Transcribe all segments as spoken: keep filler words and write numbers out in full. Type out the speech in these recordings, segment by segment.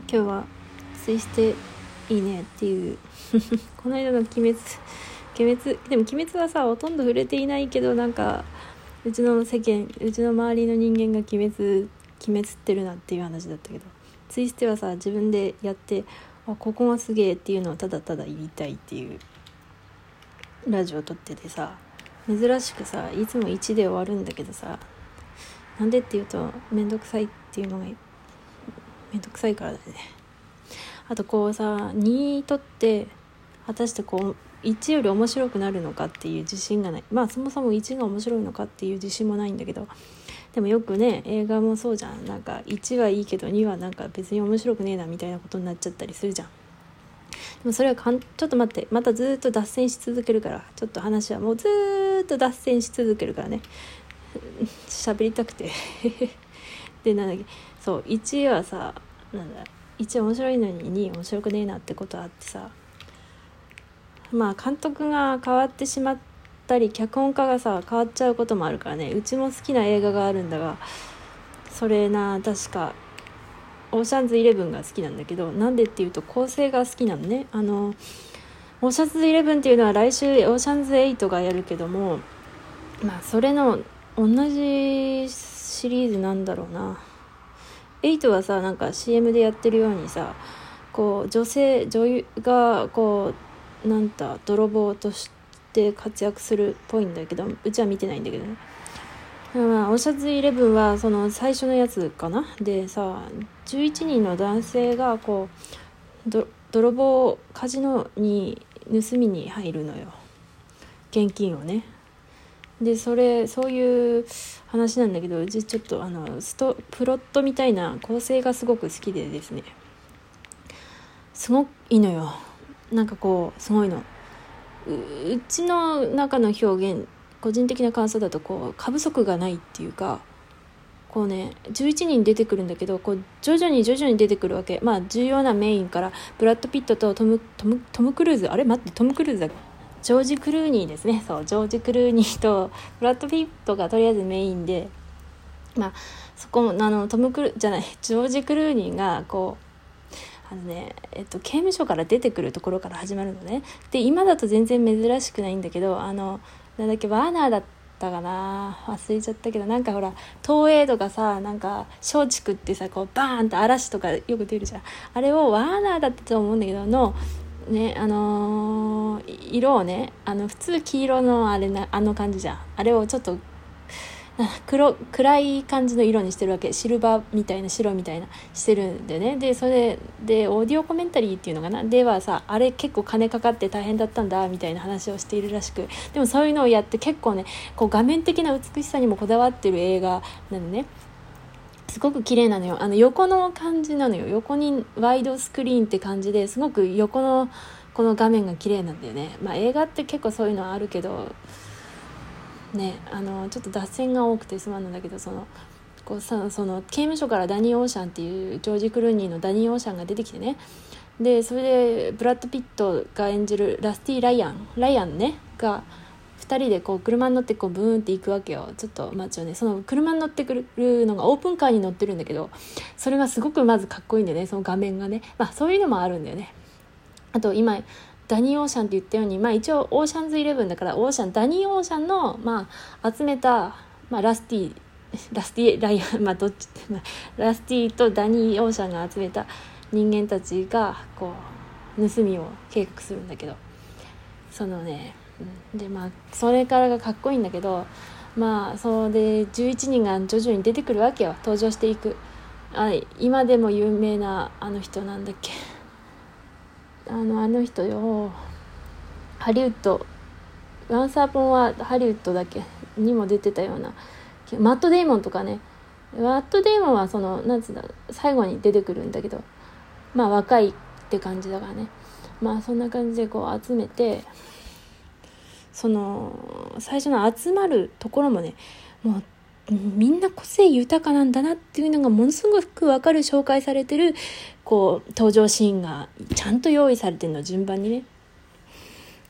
今日はツイステいいねっていうこの間の鬼滅鬼滅でも鬼滅はさほとんど触れていないけど、なんかうちの世間うちの周りの人間が鬼滅決めつってるなっていう話だったけど、ツイステはさ自分でやってあここがすげえっていうのをただただ言いたいっていうラジオを撮っててさ、珍しくさいつもいちで終わるんだけどさ、なんでっていうとめんどくさいっていうのがめんどくさいからだよね。あとこうさにとって果たしてこういちより面白くなるのかっていう自信がない。まあそもそもいちが面白いのかっていう自信もないんだけど、でもよくね映画もそうじゃん。なんかいちはいいけどにはなんか別に面白くねえなみたいなことになっちゃったりするじゃん。でもそれはかんちょっと待ってまたずっと脱線し続けるから、ちょっと話はもうずっと脱線し続けるからね喋りたくてでなんだっけそういちはさなんだいち面白いのにに面白くねえなってことあってさ、まあ監督が変わってしまったり脚本家がさ変わっちゃうこともあるからね。うちも好きな映画があるんだが、それな確かオーシャンズイレブンが好きなんだけど、なんでっていうと構成が好きなのね。あのオーシャンズイレブンっていうのは来週オーシャンズエイトがやるけども、まあそれの同じシリーズなんだろうな。エイトはさなんか シーエム でやってるようにさ、こう女性女優がこうなんだ泥棒として活躍するっぽいんだけど、うちは見てないんだけどね。まあ、オーシャンズイレブンはその最初のやつかな。でさじゅういちにんの男性がこうど泥棒カジノに盗みに入るのよ、現金をね。でそれそういう話なんだけど、うちちょっとあのストプロットみたいな構成がすごく好きでですね、すごくいいのよ。なんかこうすごいの う, うちの中の表現個人的な感想だとこう過不足がないっていうか、こうねじゅういちにん出てくるんだけど、こう徐々に徐々に出てくるわけ。まあ重要なメインからブラッド・ピットとトムトムトムクルーズあれ待ってトムクルーズだっけジョージ・クルーニーですね。そうジョージ・クルーニーとブラッド・ピットがとりあえずメインで、まあそこもあのトムクルじゃないジョージ・クルーニーがこうあのねえっと刑務所から出てくるところから始まるのね。で今だと全然珍しくないんだけど、あのなんだっけワーナーだったかな忘れちゃったけど、なんかほら東映とかさなんか松竹ってさこうバーンと嵐とかよく出るじゃん。あれをワーナーだったと思うんだけどのね、あのー、色をねあの普通黄色のあれなあの感じじゃん。あれをちょっと黒暗い感じの色にしてるわけ。シルバーみたいな白みたいなしてるんでね。でそれでオーディオコメンタリーっていうのかなではさあれ結構金かかって大変だったんだみたいな話をしているらしく、でもそういうのをやって結構ねこう画面的な美しさにもこだわってる映画なのね。すごく綺麗なのよ。あの横の感じなのよ。横にワイドスクリーンって感じですごく横のこの画面が綺麗なんだよね。まあ映画って結構そういうのはあるけどね、あのちょっと脱線が多くてすまんのだけど、そのこうさその刑務所からダニー・オーシャンっていうジョージ・クルーニーのダニー・オーシャンが出てきてね。でそれでブラッド・ピットが演じるラスティ・ライアンライアンねがふたりでこう車に乗ってこうブーンって行くわけよ。ちょっと待ちよね。その車に乗ってくるのがオープンカーに乗ってるんだけど、それがすごくまずかっこいいんだよね。その画面がね、まあそういうのもあるんだよね。あと今ダニー・オーシャンって言ったように、まあ一応オーシャンズイレブンだからオーシャンダニー・オーシャンのまあ集めた、まあ、ラスティラスティライアンまあどっち、まあ、ラスティとダニー・オーシャンが集めた人間たちがこう盗みを計画するんだけど、そのねでまあそれからがかっこいいんだけど、まあそうでじゅういちにんが徐々に出てくるわけよ。登場していく。あ今でも有名なあの人なんだっけあのあの人よハリウッドワンサーポンはハリウッドだけにも出てたようなマット・デイモンとかね。マット・デイモンはそのなんつうんだ最後に出てくるんだけど、まあ若いって感じだからね。まあそんな感じでこう集めて、その最初の集まるところもねもうみんな個性豊かなんだなっていうのがものすごく分かる紹介されてるこう登場シーンがちゃんと用意されてるの順番にね。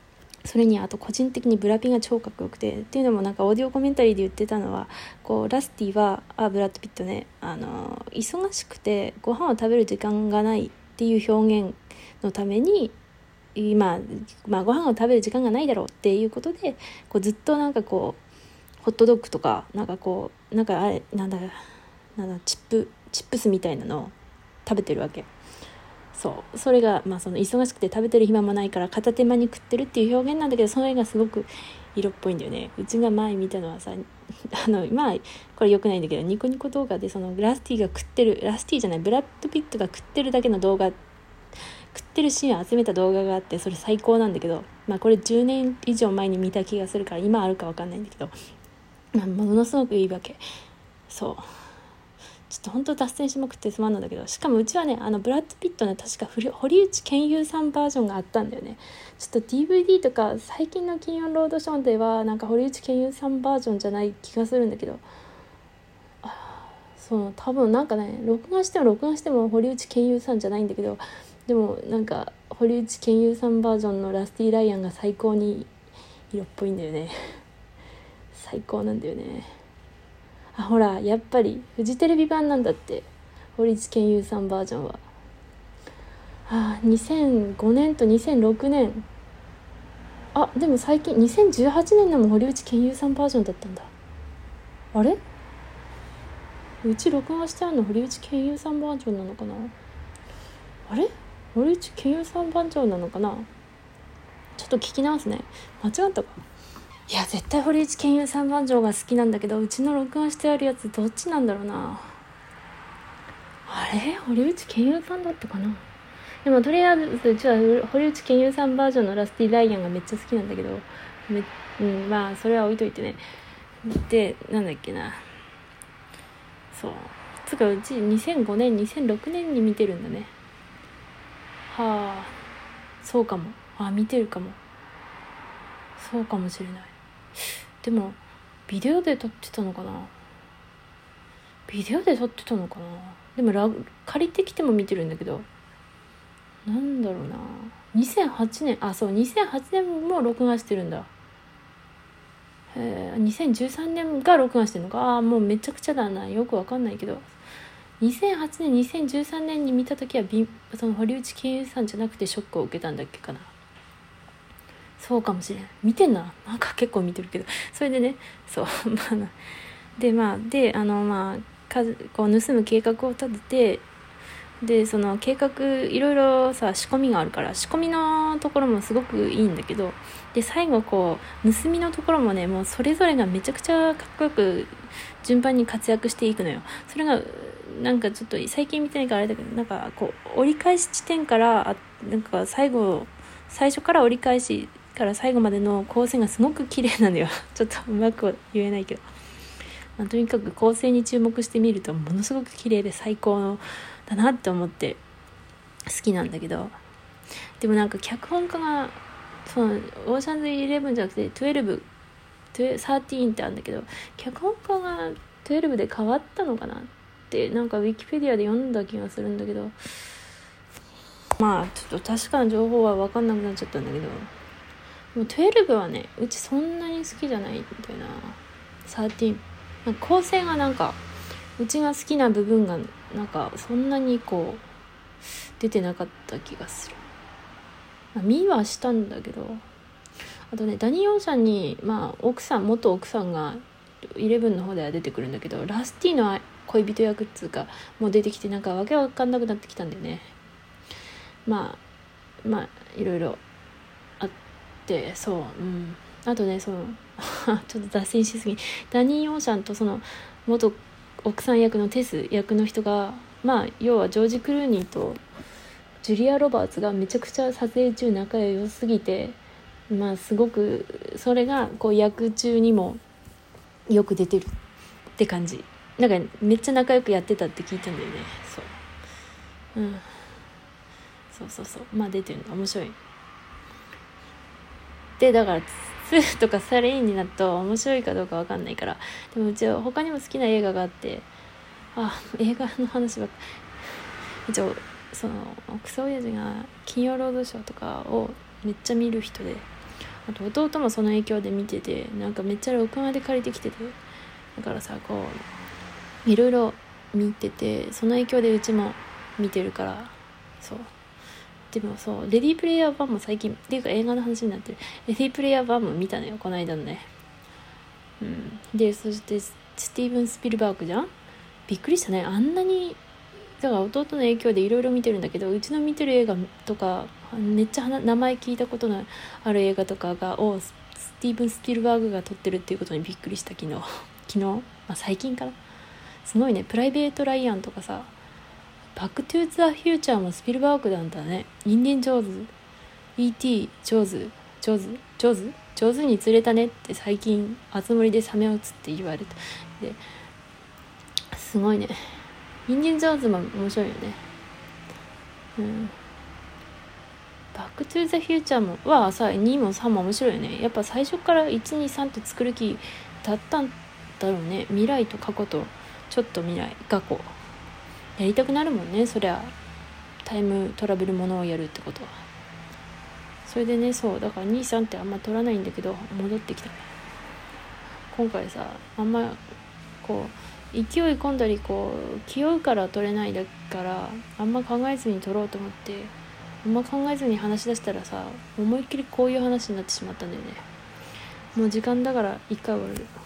それにあと個人的にブラピが超かっこよくて、っていうのもなんかオーディオコメンタリーで言ってたのは、こうラスティはあブラッド・ピットね、あの忙しくてご飯を食べる時間がないっていう表現のために今、まあ、ご飯を食べる時間がないだろうっていうことで、こうずっとなんかこうホットドッグとかなんかこうなんかあれなんだなんだチップチップスみたいなのを食べてるわけ。そうそれが、まあ、その忙しくて食べてる暇もないから片手間に食ってるっていう表現なんだけど、それがすごく色っぽいんだよね。うちが前見たのはさ、あのまあこれ良くないんだけど、ニコニコ動画でそのラスティが食ってるラスティじゃないブラッド・ピットが食ってるだけの動画、食ってるシーンを集めた動画があって、それ最高なんだけど、まあこれじゅうねん以上前に見た気がするから今あるか分かんないんだけど、まあ、ものすごくいいわけ。そうちょっと本当脱線しまくってすまんのだけど、しかもうちはね、あのブラッド・ピットね、確か堀内健雄さんバージョンがあったんだよね。ちょっと ディーブイディー とか最近の金曜ロードショーではなんか堀内健雄さんバージョンじゃない気がするんだけど、あそう多分なんかね、録画しても録画しても堀内健雄さんじゃないんだけど、でもなんか堀内健雄さんバージョンのラスティ・ライアンが最高に色っぽいんだよね。最高なんだよね。あほらやっぱりフジテレビ版なんだって、堀内健雄さんバージョンは。あにせんごねんとにせんろくねん、あでも最近にせんじゅうはちねんのも堀内健雄さんバージョンだったんだ。あれうち録画してあるの堀内健雄さんバージョンなのかな。あれ堀内健雄さんバージョンなのかな。ちょっと聞き直すね。間違ったか。いや絶対堀内健雄さんバージョンが好きなんだけど、うちの録画してあるやつどっちなんだろうな。あれ堀内健雄さんだったかな。でもとりあえずうちは堀内健雄さんバージョンのラスティ・ライアンがめっちゃ好きなんだけど、め、うん、まあそれは置いといてね。でなんだっけな、そうつうかうちにせんごねんにせんろくねんに見てるんだね。はあそうかも、あ見てるかも、そうかもしれない。でもビデオで撮ってたのかな、ビデオで撮ってたのかな。でもラ借りてきても見てるんだけど、なんだろうな、にせんはちねん、あそうにせんはちねんも録画してるんだ。えにせんじゅうさんねんが録画してるのか。あもうめちゃくちゃだな、よくわかんないけど、にせんはちねんにせんじゅうさんねんに見た時はビその堀内健雄さんじゃなくてショックを受けたんだっけかな。そうかもしれん、見てんな、なんか結構見てるけど、それでねそうまあでまあであのまあかこう盗む計画を立てて、でその計画いろいろさ仕込みがあるから、仕込みのところもすごくいいんだけど、で最後こう盗みのところもね、もうそれぞれがめちゃくちゃかっこよく順番に活躍していくのよ。それがなんかちょっと最近見てないからあれだけど、なんかこう折り返し地点からあなんか最後最初から折り返しから最後までの構成がすごく綺麗なんだよちょっとうまくは言えないけど、まあ、とにかく構成に注目してみるとものすごく綺麗で最高のだなって思って好きなんだけど、でもなんか脚本家がそのオーシャンズイレブンじゃなくてじゅうに、じゅうさんってあるんだけど、脚本家がじゅうにで変わったのかなってなんかウィキペディアで読んだ気がするんだけど、まあちょっと確かな情報は分かんなくなっちゃったんだけど、もうじゅうにはねうちそんなに好きじゃないみたいな。じゅうさんなんか構成がなんかうちが好きな部分がなんかそんなにこう出てなかった気がする。まあ、見はしたんだけど、あとねダニー・オーシャンに、まあ、奥さん元奥さんがイレブンの方では出てくるんだけど、ラスティの恋人役っつうかもう出てきて、なんかわけわかんなくなってきたんだよね。まあまあいろいろあってそう、うん、あとねそのちょっと脱線しすぎ、ダニー・オーシャンとその元奥さん役のテス役の人が、まあ要はジョージ・クルーニーとジュリア・ロバーツがめちゃくちゃ撮影中仲良すぎて、まあすごくそれがこう役中にもよく出てるって感じ。なんかめっちゃ仲良くやってたって聞いたんだよね。そううんそうそうそうまあ出てるの面白いで、だからにとかされんになると面白いかどうかわかんないから、でもうちは他にも好きな映画があって、あ映画の話ばっか一応そのクソ親父が金曜ロードショーとかをめっちゃ見る人で、 あと弟もその影響で見てて、なんかめっちゃ録画で借りてきてて、だからさこういろいろ見てて、その影響でうちも見てるから。そうでもそうレディープレイヤーワンも最近っていうか映画の話になってる。レディープレイヤーワンも見たのよ、この間のね。うん、でそしてスティーブン・スピルバーグじゃん。びっくりしたね、あんなに。だから弟の影響でいろいろ見てるんだけど、うちの見てる映画とかめっちゃ名前聞いたことのある映画とかがをスティーブン・スピルバーグが撮ってるっていうことにびっくりした。昨日昨日、まあ、最近かな。すごいね。プライベート・ライアンとかさ、バック・トゥ・ザ・フューチャーもスピルバーグなんだね。インディン・ジョーズ、 イーティー ジョーズジョーズジョーズ上手に釣れたねって最近あつ森でサメを釣って言われた。ですごいね。インディン・ジョーンズも面白いよね。うんバックトゥーザフューチャーもはさにもさんも面白いよね。やっぱ最初からいちにさんって作る気だったんだろうね。未来と過去とちょっと未来過去やりたくなるもんね。そりゃタイムトラベルものをやるってことは。それでね、そうだからにさんってあんま取らないんだけど戻ってきたね今回さ。あんまこう勢い込んだりこう気負うから取れないだからあんま考えずに取ろうと思ってあんま考えずに話し出したらさ、思いっきりこういう話になってしまったんだよね。もう時間だから一回終わる。